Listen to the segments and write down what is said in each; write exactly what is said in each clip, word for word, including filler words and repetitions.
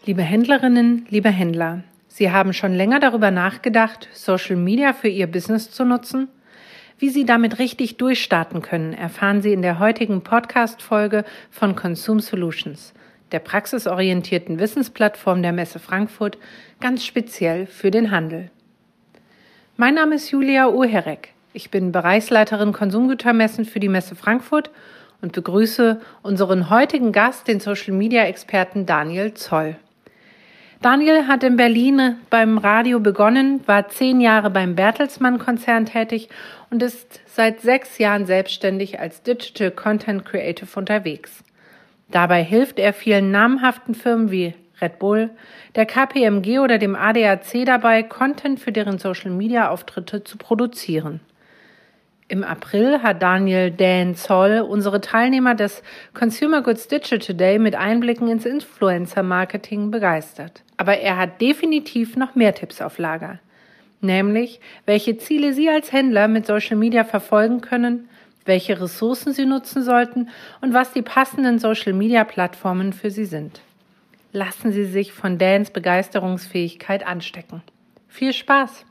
Liebe Händlerinnen, liebe Händler, Sie haben schon länger darüber nachgedacht, Social Media für Ihr Business zu nutzen? Wie Sie damit richtig durchstarten können, erfahren Sie in der heutigen Podcast-Folge von Consume Solutions, der praxisorientierten Wissensplattform der Messe Frankfurt, ganz speziell für den Handel. Mein Name ist Julia Oherek. Ich bin Bereichsleiterin Konsumgütermessen für die Messe Frankfurt und begrüße unseren heutigen Gast, den Social-Media-Experten Daniel Zoll. Daniel hat in Berlin beim Radio begonnen, war zehn Jahre beim Bertelsmann-Konzern tätig und ist seit sechs Jahren selbstständig als Digital Content Creative unterwegs. Dabei hilft er vielen namhaften Firmen wie Red Bull, der K P M G oder dem A D A C dabei, Content für deren Social-Media-Auftritte zu produzieren. Im April hat Daniel Dan Zoll unsere Teilnehmer des Consumer Goods Digital Day mit Einblicken ins Influencer-Marketing begeistert. Aber er hat definitiv noch mehr Tipps auf Lager. Nämlich, welche Ziele Sie als Händler mit Social Media verfolgen können, welche Ressourcen Sie nutzen sollten und was die passenden Social-Media-Plattformen für Sie sind. Lassen Sie sich von Dans Begeisterungsfähigkeit anstecken. Viel Spaß!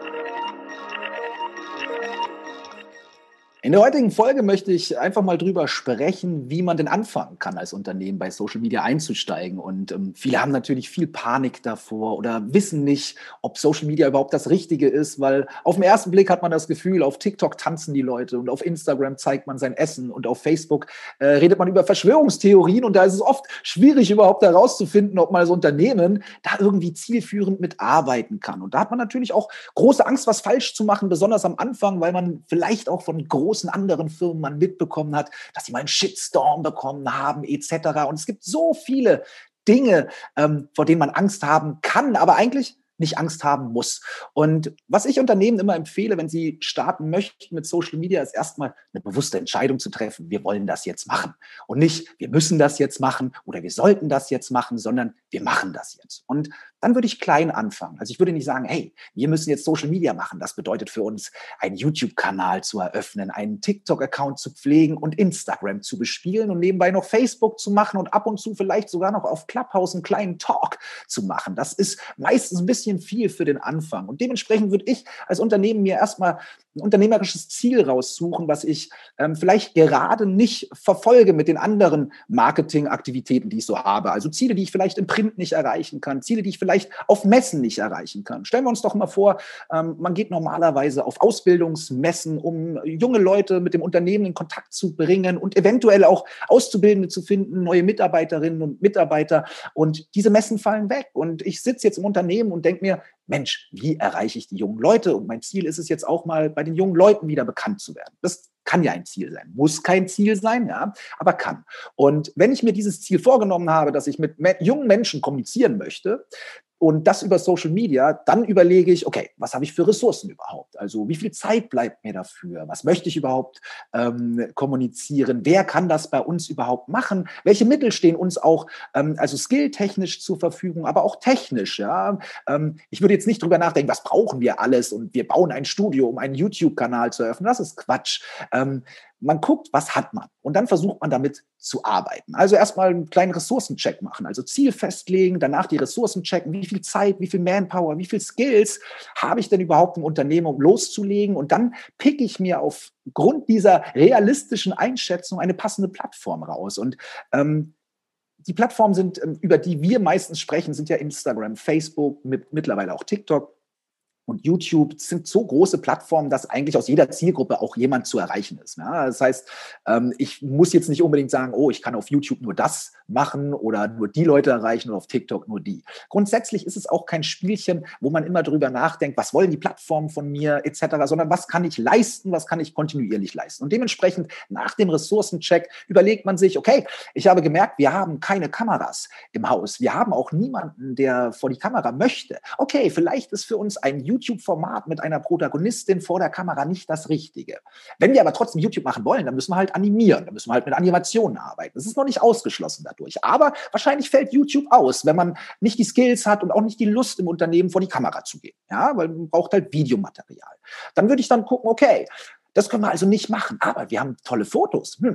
In der heutigen Folge möchte ich einfach mal drüber sprechen, wie man denn anfangen kann, als Unternehmen bei Social Media einzusteigen. Und ähm, viele haben natürlich viel Panik davor oder wissen nicht, ob Social Media überhaupt das Richtige ist, weil auf den ersten Blick hat man das Gefühl, auf TikTok tanzen die Leute und auf Instagram zeigt man sein Essen und auf Facebook äh, redet man über Verschwörungstheorien. Und da ist es oft schwierig, überhaupt herauszufinden, ob man als Unternehmen da irgendwie zielführend mitarbeiten kann. Und da hat man natürlich auch große Angst, was falsch zu machen, besonders am Anfang, weil man vielleicht auch von großen anderen Firmen man mitbekommen hat, dass sie mal einen Shitstorm bekommen haben, et cetera. Und es gibt so viele Dinge, ähm, vor denen man Angst haben kann, aber eigentlich nicht Angst haben muss. Und was ich Unternehmen immer empfehle, wenn sie starten möchten mit Social Media, ist erstmal eine bewusste Entscheidung zu treffen. Wir wollen das jetzt machen. Und nicht, wir müssen das jetzt machen oder wir sollten das jetzt machen, sondern wir machen das jetzt. Und dann würde ich klein anfangen. Also ich würde nicht sagen, hey, wir müssen jetzt Social Media machen. Das bedeutet für uns, einen YouTube-Kanal zu eröffnen, einen TikTok-Account zu pflegen und Instagram zu bespielen und nebenbei noch Facebook zu machen und ab und zu vielleicht sogar noch auf Clubhouse einen kleinen Talk zu machen. Das ist meistens ein bisschen viel für den Anfang. Und dementsprechend würde ich als Unternehmen mir erstmal ein unternehmerisches Ziel raussuchen, was ich ähm, vielleicht gerade nicht verfolge mit den anderen Marketingaktivitäten, die ich so habe. Also Ziele, die ich vielleicht im Print nicht erreichen kann, Ziele, die ich vielleicht auf Messen nicht erreichen kann. Stellen wir uns doch mal vor, ähm, man geht normalerweise auf Ausbildungsmessen, um junge Leute mit dem Unternehmen in Kontakt zu bringen und eventuell auch Auszubildende zu finden, neue Mitarbeiterinnen und Mitarbeiter. Und diese Messen fallen weg. Und ich sitze jetzt im Unternehmen und denke mir, Mensch, wie erreiche ich die jungen Leute? Und mein Ziel ist es jetzt auch mal, bei den jungen Leuten wieder bekannt zu werden. Das kann ja ein Ziel sein. Muss kein Ziel sein, ja, aber kann. Und wenn ich mir dieses Ziel vorgenommen habe, dass ich mit jungen Menschen kommunizieren möchte, und das über Social Media, dann überlege ich, okay, was habe ich für Ressourcen überhaupt? Also wie viel Zeit bleibt mir dafür? Was möchte ich überhaupt ähm, kommunizieren? Wer kann das bei uns überhaupt machen? Welche Mittel stehen uns auch, ähm, also skilltechnisch zur Verfügung, aber auch technisch? Ja? Ähm, ich würde jetzt nicht drüber nachdenken, was brauchen wir alles und wir bauen ein Studio, um einen YouTube-Kanal zu eröffnen. Das ist Quatsch. Ähm, Man guckt, was hat man und dann versucht man damit zu arbeiten. Also erstmal einen kleinen Ressourcencheck machen, also Ziel festlegen, danach die Ressourcen checken, wie viel Zeit, wie viel Manpower, wie viel Skills habe ich denn überhaupt im Unternehmen, um loszulegen, und dann picke ich mir aufgrund dieser realistischen Einschätzung eine passende Plattform raus. Und ähm, die Plattformen sind, über die wir meistens sprechen, sind ja Instagram, Facebook, mit, mittlerweile auch TikTok. Und YouTube sind so große Plattformen, dass eigentlich aus jeder Zielgruppe auch jemand zu erreichen ist. Ja, das heißt, ich muss jetzt nicht unbedingt sagen, oh, ich kann auf YouTube nur das machen oder nur die Leute erreichen oder auf TikTok nur die. Grundsätzlich ist es auch kein Spielchen, wo man immer drüber nachdenkt, was wollen die Plattformen von mir et cetera, sondern was kann ich leisten, was kann ich kontinuierlich leisten. Und dementsprechend nach dem Ressourcencheck überlegt man sich, okay, ich habe gemerkt, wir haben keine Kameras im Haus. Wir haben auch niemanden, der vor die Kamera möchte. Okay, vielleicht ist für uns ein YouTube-Format mit einer Protagonistin vor der Kamera nicht das Richtige. Wenn wir aber trotzdem YouTube machen wollen, dann müssen wir halt animieren, dann müssen wir halt mit Animationen arbeiten. Das ist noch nicht ausgeschlossen dadurch. Aber wahrscheinlich fällt YouTube aus, wenn man nicht die Skills hat und auch nicht die Lust im Unternehmen vor die Kamera zu gehen. Ja, weil man braucht halt Videomaterial. Dann würde ich dann gucken, okay, das können wir also nicht machen, aber wir haben tolle Fotos. Hm.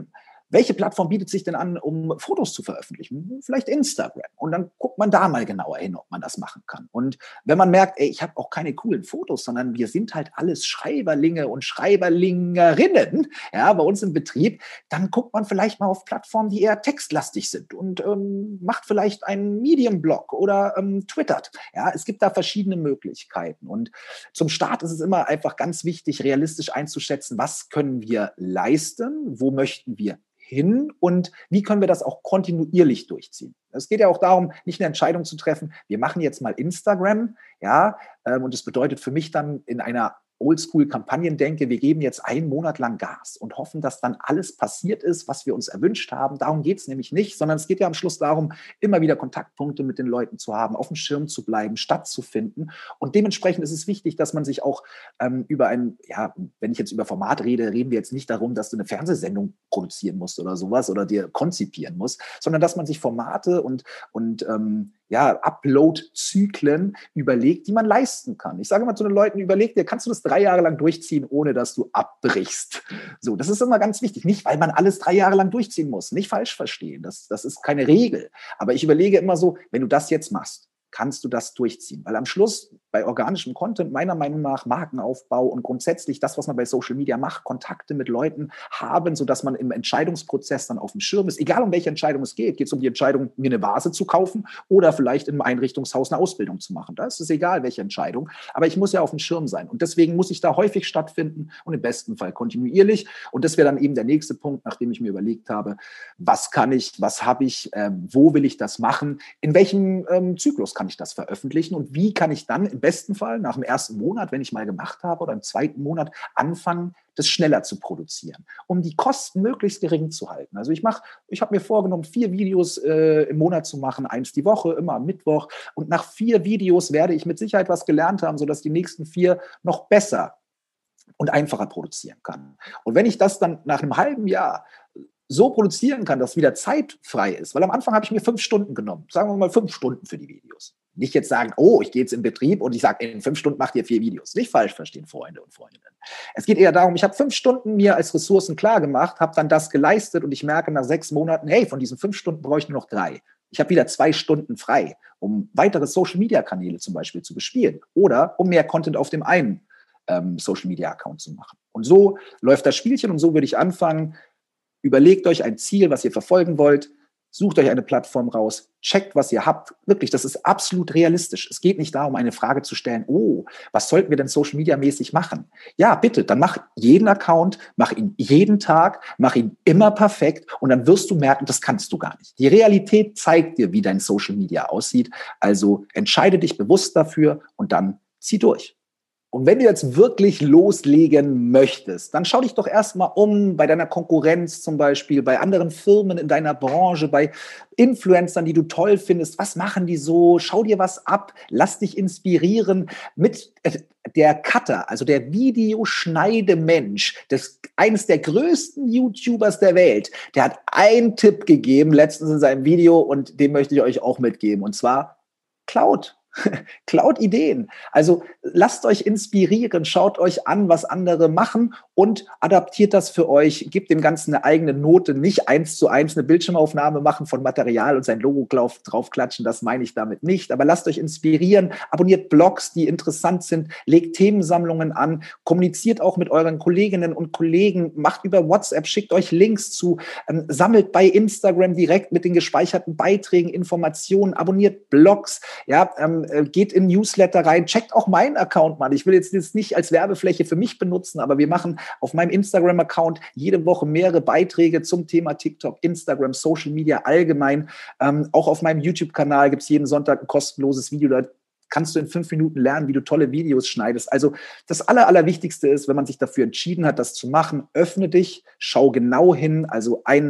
welche Plattform bietet sich denn an, um Fotos zu veröffentlichen? Vielleicht Instagram. Und dann guckt man da mal genauer hin, ob man das machen kann. Und wenn man merkt, ey, ich habe auch keine coolen Fotos, sondern wir sind halt alles Schreiberlinge und Schreiberlingerinnen, ja, bei uns im Betrieb, dann guckt man vielleicht mal auf Plattformen, die eher textlastig sind und ähm, macht vielleicht einen Medium-Blog oder ähm, twittert. Ja, es gibt da verschiedene Möglichkeiten. Und zum Start ist es immer einfach ganz wichtig, realistisch einzuschätzen, was können wir leisten, wo möchten wir hin und wie können wir das auch kontinuierlich durchziehen. Es geht ja auch darum, nicht eine Entscheidung zu treffen, wir machen jetzt mal Instagram, ja, ähm, und das bedeutet für mich dann in einer Oldschool-Kampagnen-Denke, wir geben jetzt einen Monat lang Gas und hoffen, dass dann alles passiert ist, was wir uns erwünscht haben. Darum geht es nämlich nicht, sondern es geht ja am Schluss darum, immer wieder Kontaktpunkte mit den Leuten zu haben, auf dem Schirm zu bleiben, stattzufinden. Und dementsprechend ist es wichtig, dass man sich auch ähm, über ein, ja, wenn ich jetzt über Format rede, reden wir jetzt nicht darum, dass du eine Fernsehsendung produzieren musst oder sowas oder dir konzipieren musst, sondern dass man sich Formate und, und ähm, ja, Upload-Zyklen überlegt, die man leisten kann. Ich sage immer zu den Leuten, überleg dir, kannst du das drei Jahre lang durchziehen, ohne dass du abbrichst? So, das ist immer ganz wichtig. Nicht, weil man alles drei Jahre lang durchziehen muss. Nicht falsch verstehen. Das, das ist keine Regel. Aber ich überlege immer so, wenn du das jetzt machst, kannst du das durchziehen? Weil am Schluss bei organischem Content meiner Meinung nach Markenaufbau und grundsätzlich das, was man bei Social Media macht, Kontakte mit Leuten haben, sodass man im Entscheidungsprozess dann auf dem Schirm ist. Egal, um welche Entscheidung es geht. Geht es um die Entscheidung, mir eine Vase zu kaufen oder vielleicht in einem Einrichtungshaus eine Ausbildung zu machen. Da ist es egal, welche Entscheidung. Aber ich muss ja auf dem Schirm sein. Und deswegen muss ich da häufig stattfinden und im besten Fall kontinuierlich. Und das wäre dann eben der nächste Punkt, nachdem ich mir überlegt habe, was kann ich, was habe ich, äh, wo will ich das machen, in welchem ähm, Zyklus kann ich das veröffentlichen und wie kann ich dann im besten Fall nach dem ersten Monat, wenn ich mal gemacht habe, oder im zweiten Monat anfangen, das schneller zu produzieren, um die Kosten möglichst gering zu halten. Also ich mache, ich habe mir vorgenommen, vier Videos äh, im Monat zu machen, eins die Woche, immer am Mittwoch. Und nach vier Videos werde ich mit Sicherheit was gelernt haben, sodass die nächsten vier noch besser und einfacher produzieren kann. Und wenn ich das dann nach einem halben Jahr so produzieren kann, dass wieder zeitfrei ist, weil am Anfang habe ich mir fünf Stunden genommen, sagen wir mal fünf Stunden für die Videos. Nicht jetzt sagen, oh, ich gehe jetzt in Betrieb und ich sage, in fünf Stunden macht ihr vier Videos. Nicht falsch verstehen, Freunde und Freundinnen. Es geht eher darum, ich habe fünf Stunden mir als Ressourcen klar gemacht, habe dann das geleistet und ich merke nach sechs Monaten, hey, von diesen fünf Stunden brauche ich nur noch drei. Ich habe wieder zwei Stunden frei, um weitere Social-Media-Kanäle zum Beispiel zu bespielen oder um mehr Content auf dem einen ähm, Social-Media-Account zu machen. Und so läuft das Spielchen und so würde ich anfangen. Überlegt euch ein Ziel, was ihr verfolgen wollt. Sucht euch eine Plattform raus, checkt, was ihr habt. Wirklich, das ist absolut realistisch. Es geht nicht darum, eine Frage zu stellen, oh, was sollten wir denn Social-Media-mäßig machen? Ja, bitte, dann mach jeden Account, mach ihn jeden Tag, mach ihn immer perfekt und dann wirst du merken, das kannst du gar nicht. Die Realität zeigt dir, wie dein Social-Media aussieht. Also entscheide dich bewusst dafür und dann zieh durch. Und wenn du jetzt wirklich loslegen möchtest, dann schau dich doch erstmal um bei deiner Konkurrenz zum Beispiel, bei anderen Firmen in deiner Branche, bei Influencern, die du toll findest. Was machen die so? Schau dir was ab, lass dich inspirieren mit der Cutter, also der Videoschneidemensch, des, eines der größten YouTubers der Welt. Der hat einen Tipp gegeben letztens in seinem Video und den möchte ich euch auch mitgeben und zwar Cloud. Klaut Ideen. Also lasst euch inspirieren, schaut euch an, was andere machen und adaptiert das für euch. Gebt dem Ganzen eine eigene Note, nicht eins zu eins eine Bildschirmaufnahme machen von Material und sein Logo draufklatschen, das meine ich damit nicht. Aber lasst euch inspirieren, abonniert Blogs, die interessant sind, legt Themensammlungen an, kommuniziert auch mit euren Kolleginnen und Kollegen, macht über WhatsApp, schickt euch Links zu, ähm, sammelt bei Instagram direkt mit den gespeicherten Beiträgen Informationen, abonniert Blogs, ja, ähm, geht in Newsletter rein, checkt auch meinen Account mal. Ich will jetzt das nicht als Werbefläche für mich benutzen, aber wir machen auf meinem Instagram-Account jede Woche mehrere Beiträge zum Thema TikTok, Instagram, Social Media allgemein. Ähm, auch auf meinem YouTube-Kanal gibt es jeden Sonntag ein kostenloses Video. Da kannst du in fünf Minuten lernen, wie du tolle Videos schneidest. Also das Aller, Allerwichtigste ist, wenn man sich dafür entschieden hat, das zu machen, öffne dich, schau genau hin. Also ein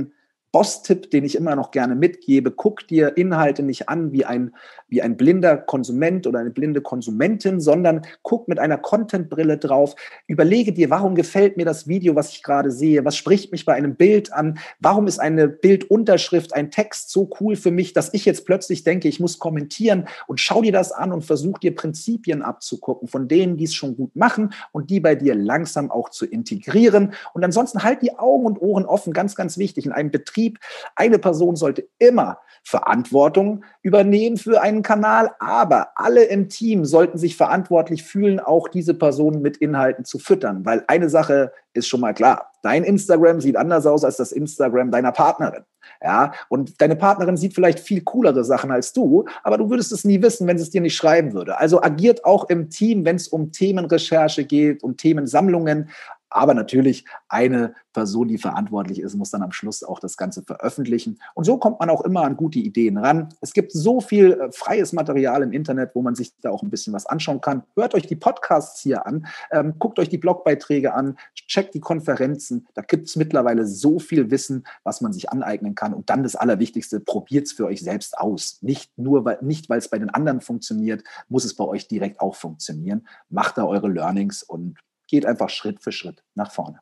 Boss-Tipp, den ich immer noch gerne mitgebe: Guck dir Inhalte nicht an wie ein, wie ein blinder Konsument oder eine blinde Konsumentin, sondern guck mit einer Content-Brille drauf. Überlege dir, warum gefällt mir das Video, was ich gerade sehe? Was spricht mich bei einem Bild an? Warum ist eine Bildunterschrift, ein Text so cool für mich, dass ich jetzt plötzlich denke, ich muss kommentieren? Und schau dir das an und versuch dir Prinzipien abzugucken von denen, die es schon gut machen und die bei dir langsam auch zu integrieren. Und ansonsten halt die Augen und Ohren offen, ganz, ganz wichtig. In einem Betrieb Eine Person sollte immer Verantwortung übernehmen für einen Kanal, aber alle im Team sollten sich verantwortlich fühlen, auch diese Person mit Inhalten zu füttern, weil eine Sache ist schon mal klar: Dein Instagram sieht anders aus als das Instagram deiner Partnerin. Ja, und deine Partnerin sieht vielleicht viel coolere Sachen als du, aber du würdest es nie wissen, wenn sie es dir nicht schreiben würde. Also agiert auch im Team, wenn es um Themenrecherche geht, um Themensammlungen. Aber natürlich, eine Person, die verantwortlich ist, muss dann am Schluss auch das Ganze veröffentlichen. Und so kommt man auch immer an gute Ideen ran. Es gibt so viel äh, freies Material im Internet, wo man sich da auch ein bisschen was anschauen kann. Hört euch die Podcasts hier an, ähm, guckt euch die Blogbeiträge an, checkt die Konferenzen. Da gibt es mittlerweile so viel Wissen, was man sich aneignen kann. Und dann das Allerwichtigste: probiert es für euch selbst aus. Nicht nur, weil nicht, weil es bei den anderen funktioniert, muss es bei euch direkt auch funktionieren. Macht da eure Learnings und geht einfach Schritt für Schritt nach vorne.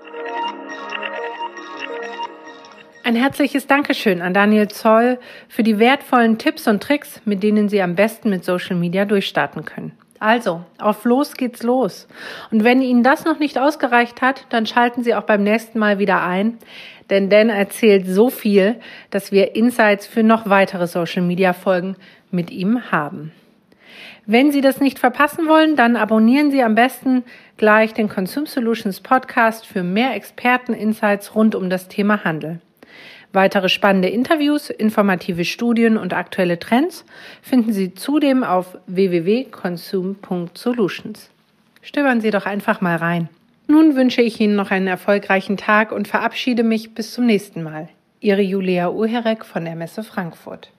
Ein herzliches Dankeschön an Daniel Zoll für die wertvollen Tipps und Tricks, mit denen Sie am besten mit Social Media durchstarten können. Also, auf los geht's los. Und wenn Ihnen das noch nicht ausgereicht hat, dann schalten Sie auch beim nächsten Mal wieder ein, denn Dan erzählt so viel, dass wir Insights für noch weitere Social Media Folgen mit ihm haben. Wenn Sie das nicht verpassen wollen, dann abonnieren Sie am besten gleich den Consume Solutions Podcast für mehr Experten-Insights rund um das Thema Handel. Weitere spannende Interviews, informative Studien und aktuelle Trends finden Sie zudem auf w w w punkt consume punkt solutions. Stöbern Sie doch einfach mal rein. Nun wünsche ich Ihnen noch einen erfolgreichen Tag und verabschiede mich bis zum nächsten Mal. Ihre Julia Uherek von der Messe Frankfurt.